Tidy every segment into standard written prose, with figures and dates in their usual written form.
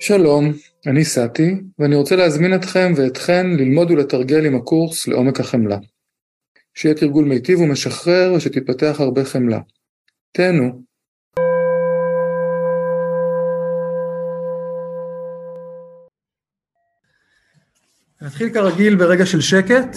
שלום, אני סאטי, ואני רוצה להזמין אתכם ואתכן ללמוד ולתרגל עם הקורס לעומק החמלה. שיהיה תרגול מיטיב ומשחרר ושתתפתח הרבה חמלה. תהנו. נתחיל כרגיל ברגע של שקט.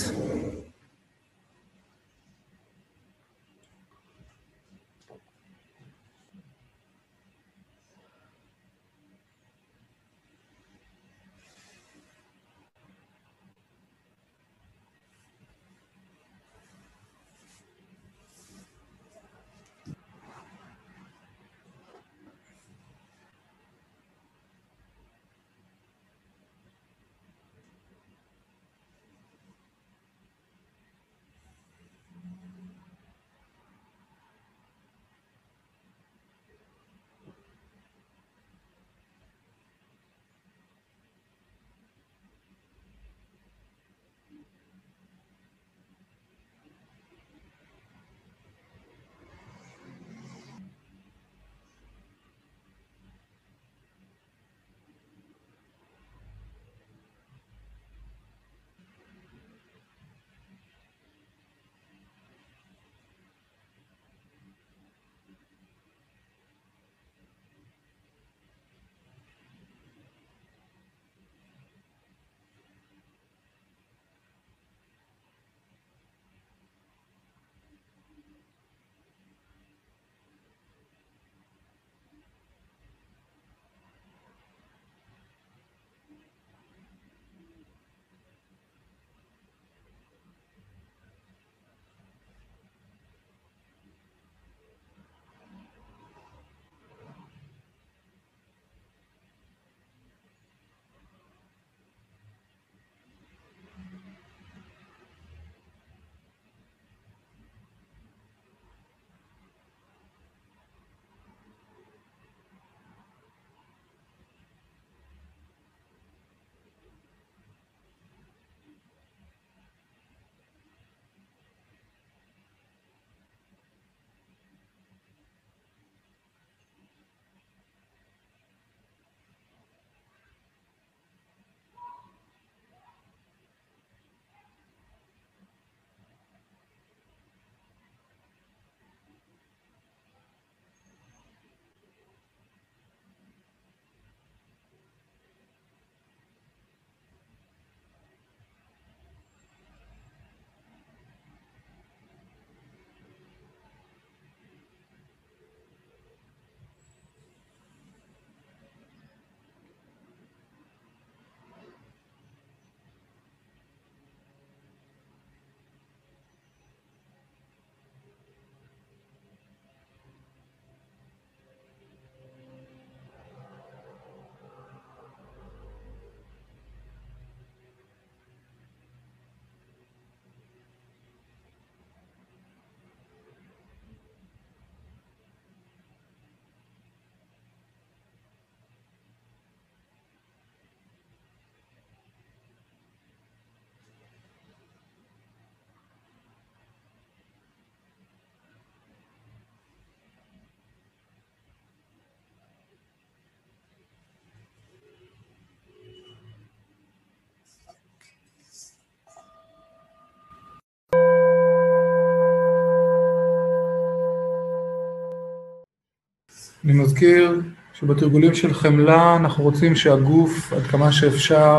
אני מזכיר שבתרגולים של חמלה אנחנו רוצים שהגוף עד כמה שאפשר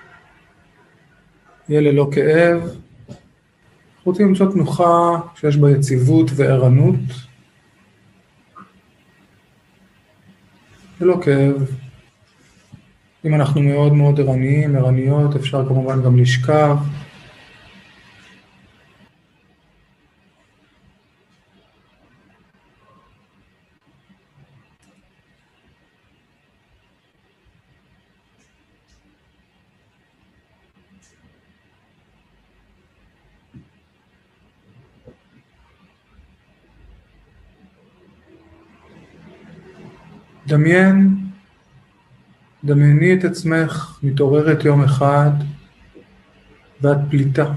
יהיה ללא כאב. אנחנו רוצים למצוא תנוחה שיש בה יציבות וערנות, ללא כאב. אם אנחנו מאוד מאוד ערניים, ערניות, אפשר כמובן גם לשכב. דמייני את עצמך מתעוררת יום אחד ואת פליטה.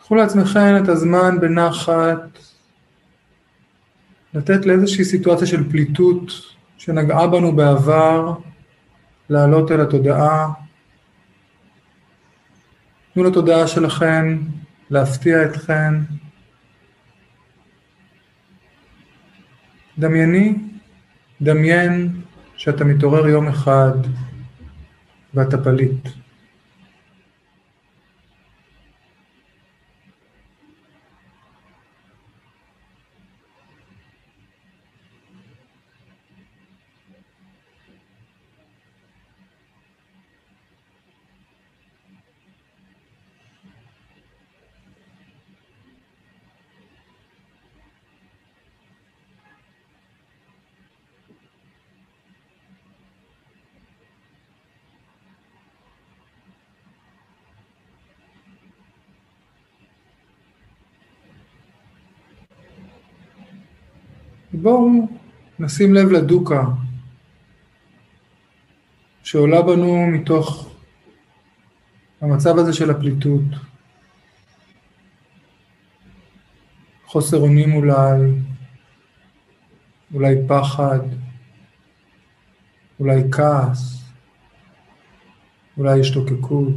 קחו לעצמכם את הזמן בנחת, לתת לאיזושהי סיטואציה של פליטות שנגעה בנו בעבר, לעלות אל התודעה. תנו לתודעה שלכם להפתיע אתכן. דמיין שאתה מתעורר יום אחד ואתה פליט. בואו נשים לב לדוקה שעולה בנו מתוך המצב הזה של הפליטות. חוסר אונים אולי פחד, אולי כעס, אולי השתוקקות,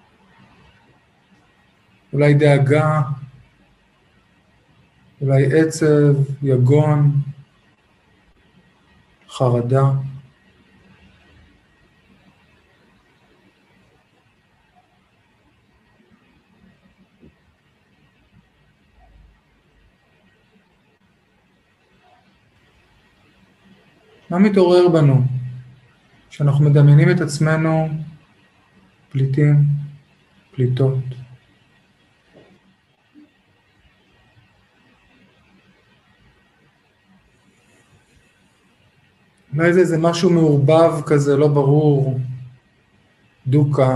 אולי דאגה, אולי עצב, יגון, חרדה. מה מתעורר בנו כשאנחנו מדמיינים את עצמנו פליטים, פליטות? אולי זה איזה משהו מעורבב כזה, לא ברור, דוקה,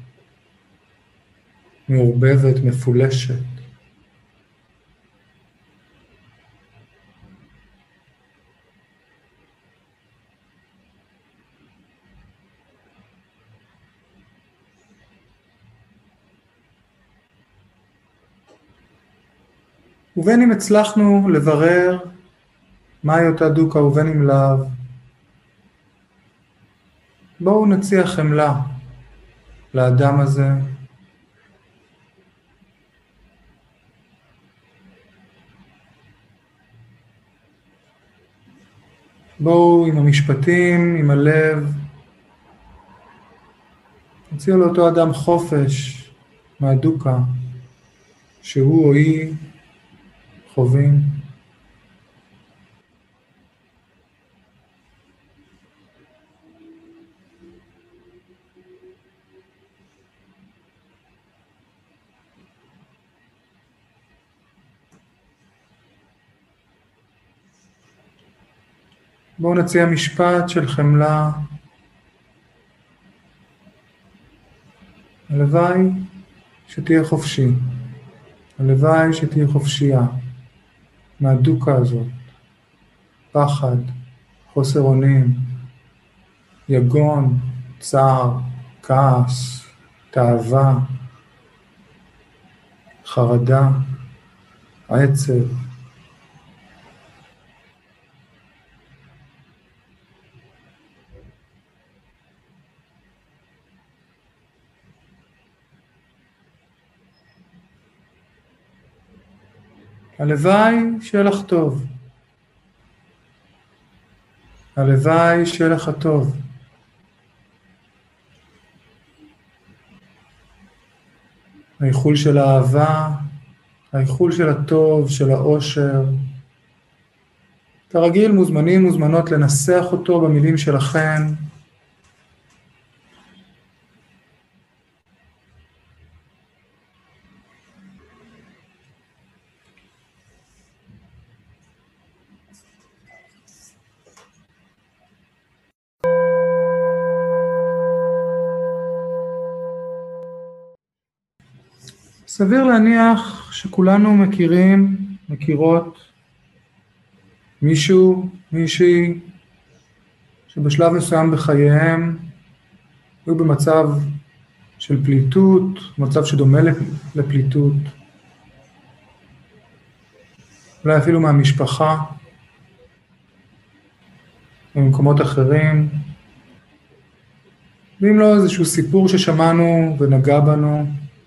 מעורבבת, מפולשת. ובין אם הצלחנו לברר מהי אותה דוקה ובין אם לאו, בואו נציע חמלה לאדם הזה. בואו עם המשפטים, עם הלב, נציע לאותו אדם חופש מהדוקה שהוא או היא חווים. בואו נציע משפט של חמלה. הלוואי שתהיה חופשי. הלוואי שתהיה חופשייה מהדוקה הזאת. פחד, חוסר אונים, יגון, צער, כעס, תאווה, חרדה, עצב. הלוואי שיהיה לך טוב. הלוואי שיהיה לך טוב. האיחול של האהבה, האיחול של הטוב, של האושר. כרגיל מוזמנים מוזמנות לנסח אותו במילים שלכם. סביר להניח שכולנו מכירות מישהו, מישהי, שבשלב מסוים בחייהם היו במצב של פליטות, מצב שדומה לפליטות, אולי אפילו מהמשפחה, ממקומות אחרים, ואם לא איזשהו סיפור ששמענו ונגע בנו.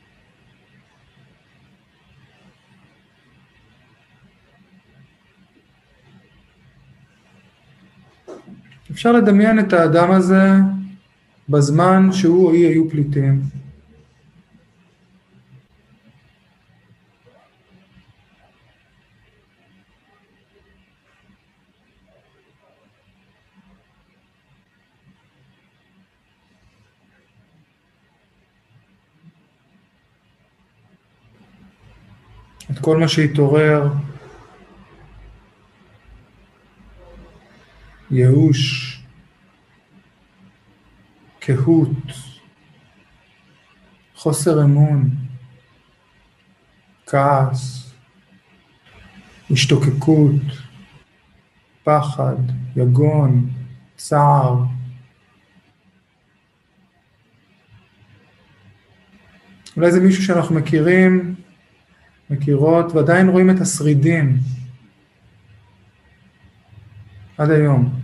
אפשר לדמיין את האדם הזה בזמן שהוא או היא היו פליטים. את כל מה שהתעורר, ייאוש, קהות, חוסר אמון, כעס, השתוקקות, פחד, יגון, צער. אולי זה מישהו שאנחנו מכירות, ועדיין רואים את השרידים עד היום.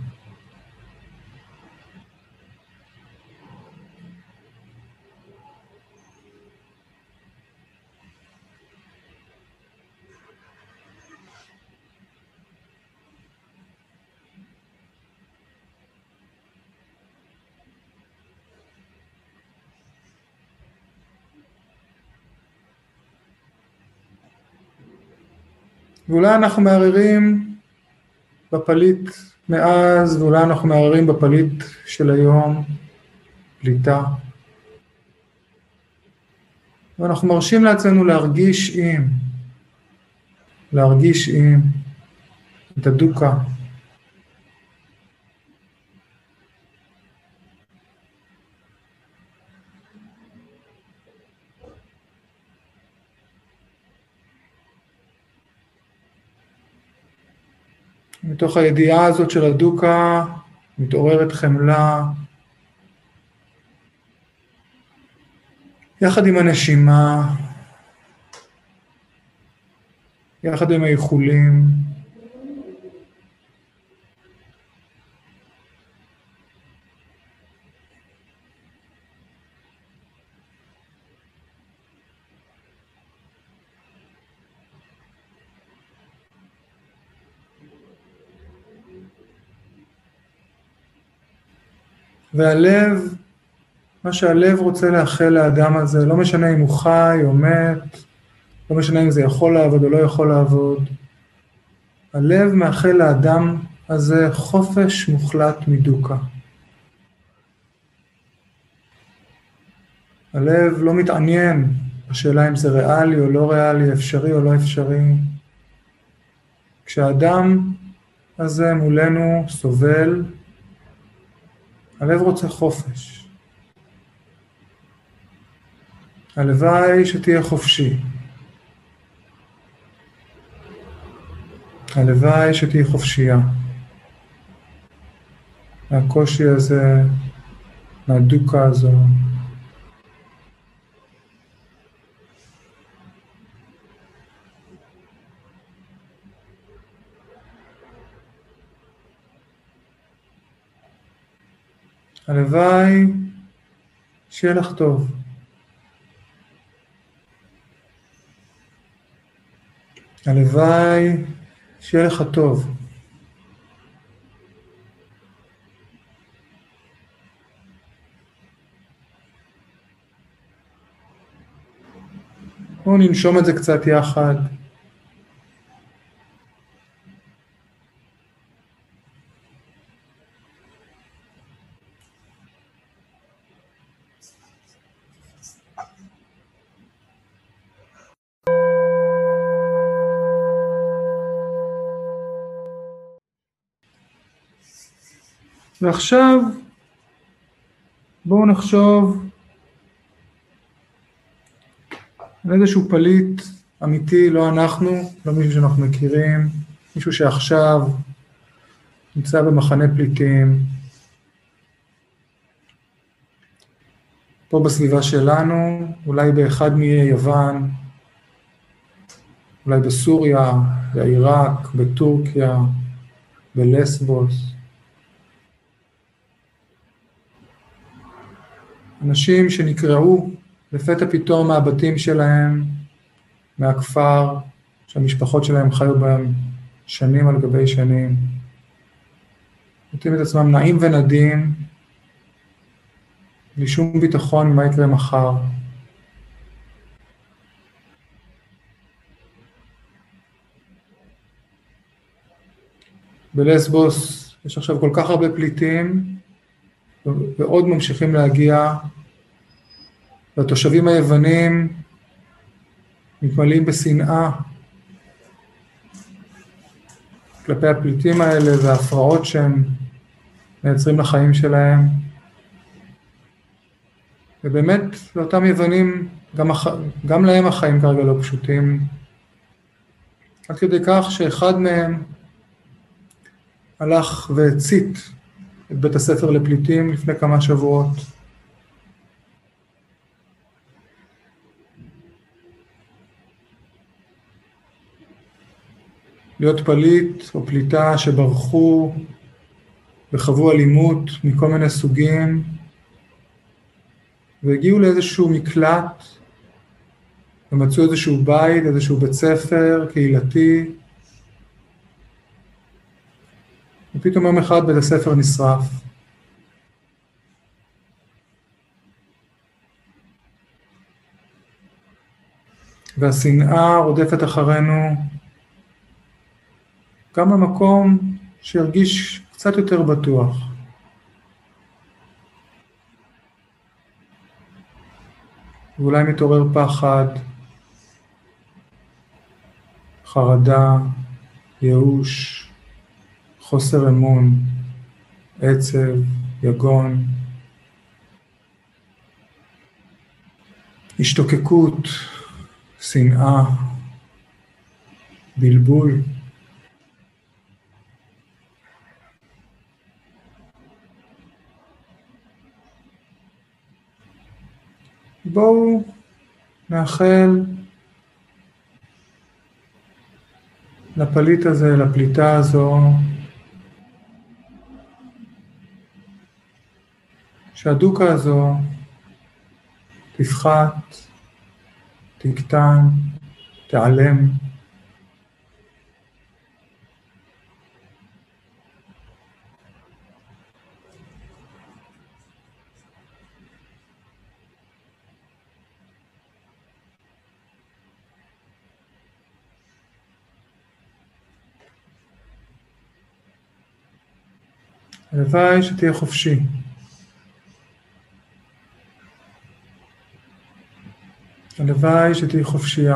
ואולי אנחנו מערערים בפליט מאז, ואולי אנחנו מערערים בפליט של היום, פליטה. ואנחנו מרשים לעצמנו להרגיש עם את הדוקה. מתוך הידיעה הזאת של הדוקה מתעוררת חמלה, יחד עם הנשימה, יחד עם האיחולים, והלב, מה שהלב רוצה לאחל לאדם הזה, לא משנה אם הוא חי או מת, לא משנה אם זה יכול לעבוד או לא יכול לעבוד, הלב מאחל לאדם הזה חופש מוחלט מדוקה. הלב לא מתעניין בשאלה אם זה ריאלי או לא ריאלי, אפשרי או לא אפשרי. כשהאדם הזה מולנו סובל, הלב רוצה חופש. הלוואי שתהיה חופשי. הלוואי שתהיה חופשייה. מהקושי הזה, מהדוקה הזו. הלוואי שיהיה לך טוב. הלוואי שיהיה לך טוב. בואו ננשום את זה קצת יחד. ועכשיו בואו נחשוב על איזשהו פליט אמיתי, לא אנחנו, לא מישהו שאנחנו מכירים, מישהו שעכשיו נמצא במחנה פליטים, פה בסביבה שלנו, אולי באחד מאיי יוון, אולי בסוריה, בעיראק, בטורקיה, בלסבוס. אנשים שנקרעו לפתע פתאום מהבתים שלהם, מהכפר, שהמשפחות שלהם חיו בהם שנים על גבי שנים. נותנים את עצמם נעים ונדים, בלי שום ביטחון מה יקרה מחר. בלסבוס יש עכשיו כל כך הרבה פליטים, ועוד ממשיכים להגיע, והתושבים היוונים מתמלאים בשנאה כלפי הפליטים האלה וההפרעות שהם מייצרים לחיים שלהם. ובאמת לאותם יוונים, גם להם החיים כרגע לא פשוטים, עד כדי כך שאחד מהם הלך והצית את בית הספר לפליטים לפני כמה שבועות. להיות פליט או פליטה שברחו וחוו אלימות מכל מיני סוגים, והגיעו לאיזשהו מקלט, ומצאו איזשהו בית, איזשהו בית ספר קהילתי, ופתאום יום אחד בית הספר נשרף. והשנאה רודפת אחרינו, גם במקום שירגיש קצת יותר בטוח. ואולי מתעורר פחד, חרדה, ייאוש, חוסר אמון, עצב, יגון, השתוקקות, שנאה, בלבול. בואו נאחל לפליט הזה, לפליטה הזו, שהדוקה הזו תפחת, תקטן, תיעלם. הלוואי שתהיה חופשי. הלוואי שתהיה חופשייה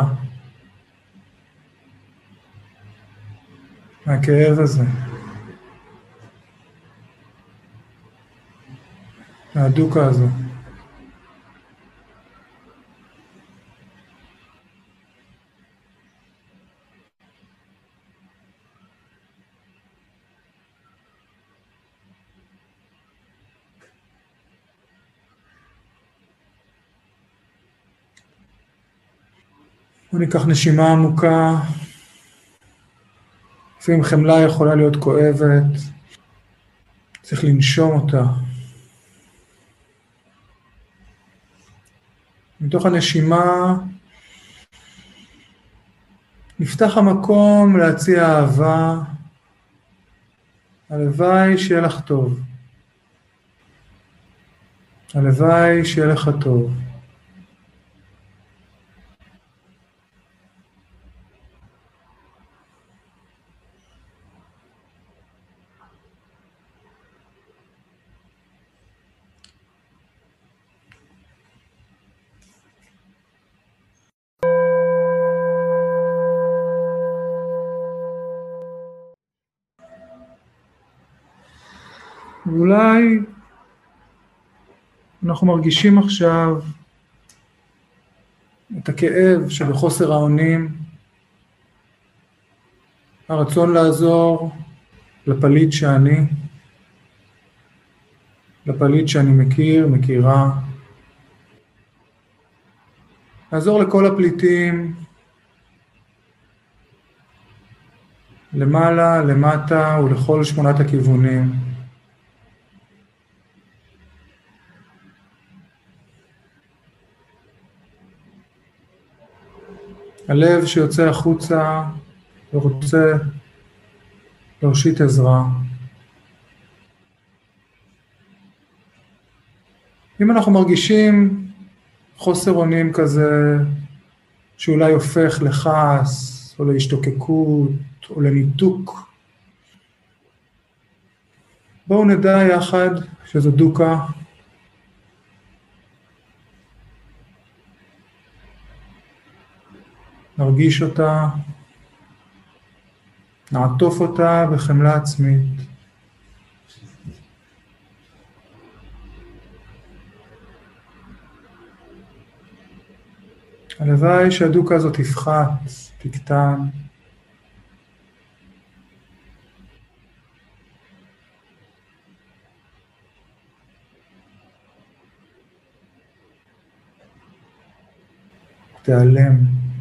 מהכאב הזה, מהדוקה הזו. בואו ניקח נשימה עמוקה. לפעמים חמלה יכולה להיות כואבת, צריך לנשום אותה. מתוך הנשימה נפתח המקום להציע אהבה. הלוואי שיהיה לך טוב. הלוואי שיהיה לך טוב. ואולי אנחנו מרגישים עכשיו את הכאב שבחוסר האונים, הרצון לעזור לפליט שאני, לפליט שאני מכירה, לעזור לכל הפליטים למעלה, למטה ולכל 8 הכיוונים. הלב שיוצא החוצה ורוצה להושיט עזרה. אם אנחנו מרגישים חוסר אונים כזה, שאולי הופך לכעס, או להשתוקקות, או לניתוק, בואו נדע יחד שזו דוקה. נרגיש אותה, נעטוף אותה בחמלה עצמית. הלוואי שהדוקה הזאת תפחת, תקטן. תיעלם.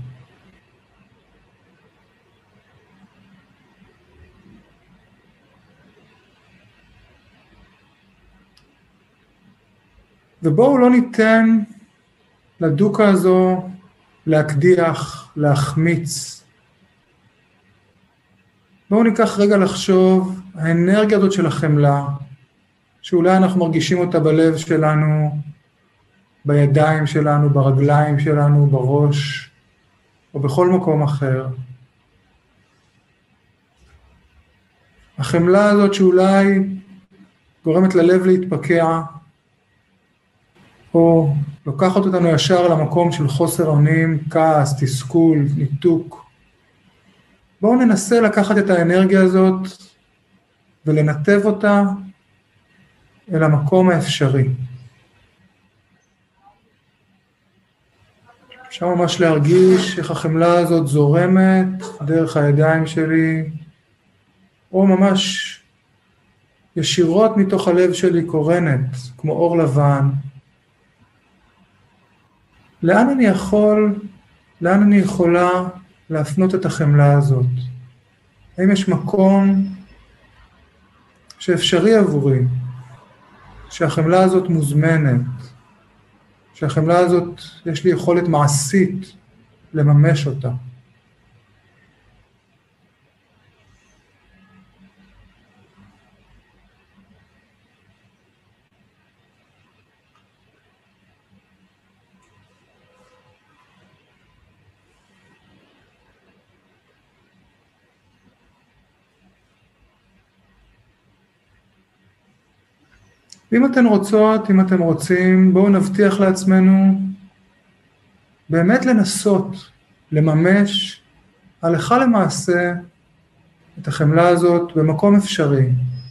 ובואו לא ניתן לדוקה הזו להקדיח, להחמיץ. בואו ניקח רגע לחשוב, האנרגיה הזאת של החמלה, שאולי אנחנו מרגישים אותה בלב שלנו, בידיים שלנו, ברגליים שלנו, בראש, או בכל מקום אחר. החמלה הזאת שאולי גורמת ללב להתפקע, או לוקחת אותנו ישר למקום של חוסר אונים, כעס, תסכול, ניתוק. בואו ננסה לקחת את האנרגיה הזאת ולנתב אותה אל המקום האפשרי. אפשר ממש להרגיש איך החמלה הזאת זורמת דרך הידיים שלי, או ממש ישירות מתוך הלב שלי קורנת, כמו אור לבן. לאן אני יכולה להפנות את החמלה הזאת? האם יש מקום שאפשרי עבורי, שהחמלה הזאת מוזמנת, שהחמלה הזאת יש לי יכולת מעשית לממש אותה? ואם אתן רוצות, אם אתם רוצים, בואו נבטיח לעצמנו באמת לנסות, לממש הלכה למעשה את החמלה הזאת במקום אפשרי.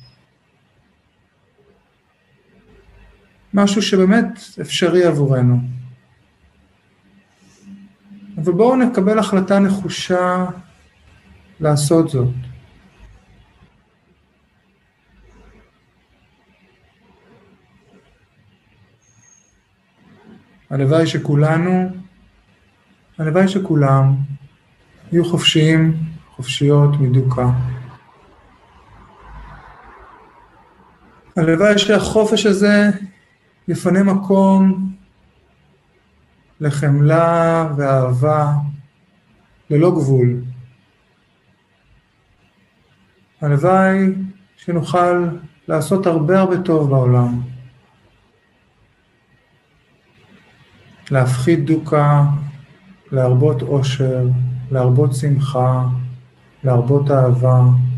משהו שבאמת אפשרי עבורנו. אבל בואו נקבל החלטה נחושה לעשות זאת. הלוואי שכולם יהיו חופשיים, חופשיות מדוקה. הלוואי שהחופש הזה יפנה מקום לחמלה ואהבה ללא גבול. הלוואי שנוכל לעשות הרבה טוב בעולם. להפחית דוקה, להרבות אושר, להרבות שמחה, להרבות אהבה.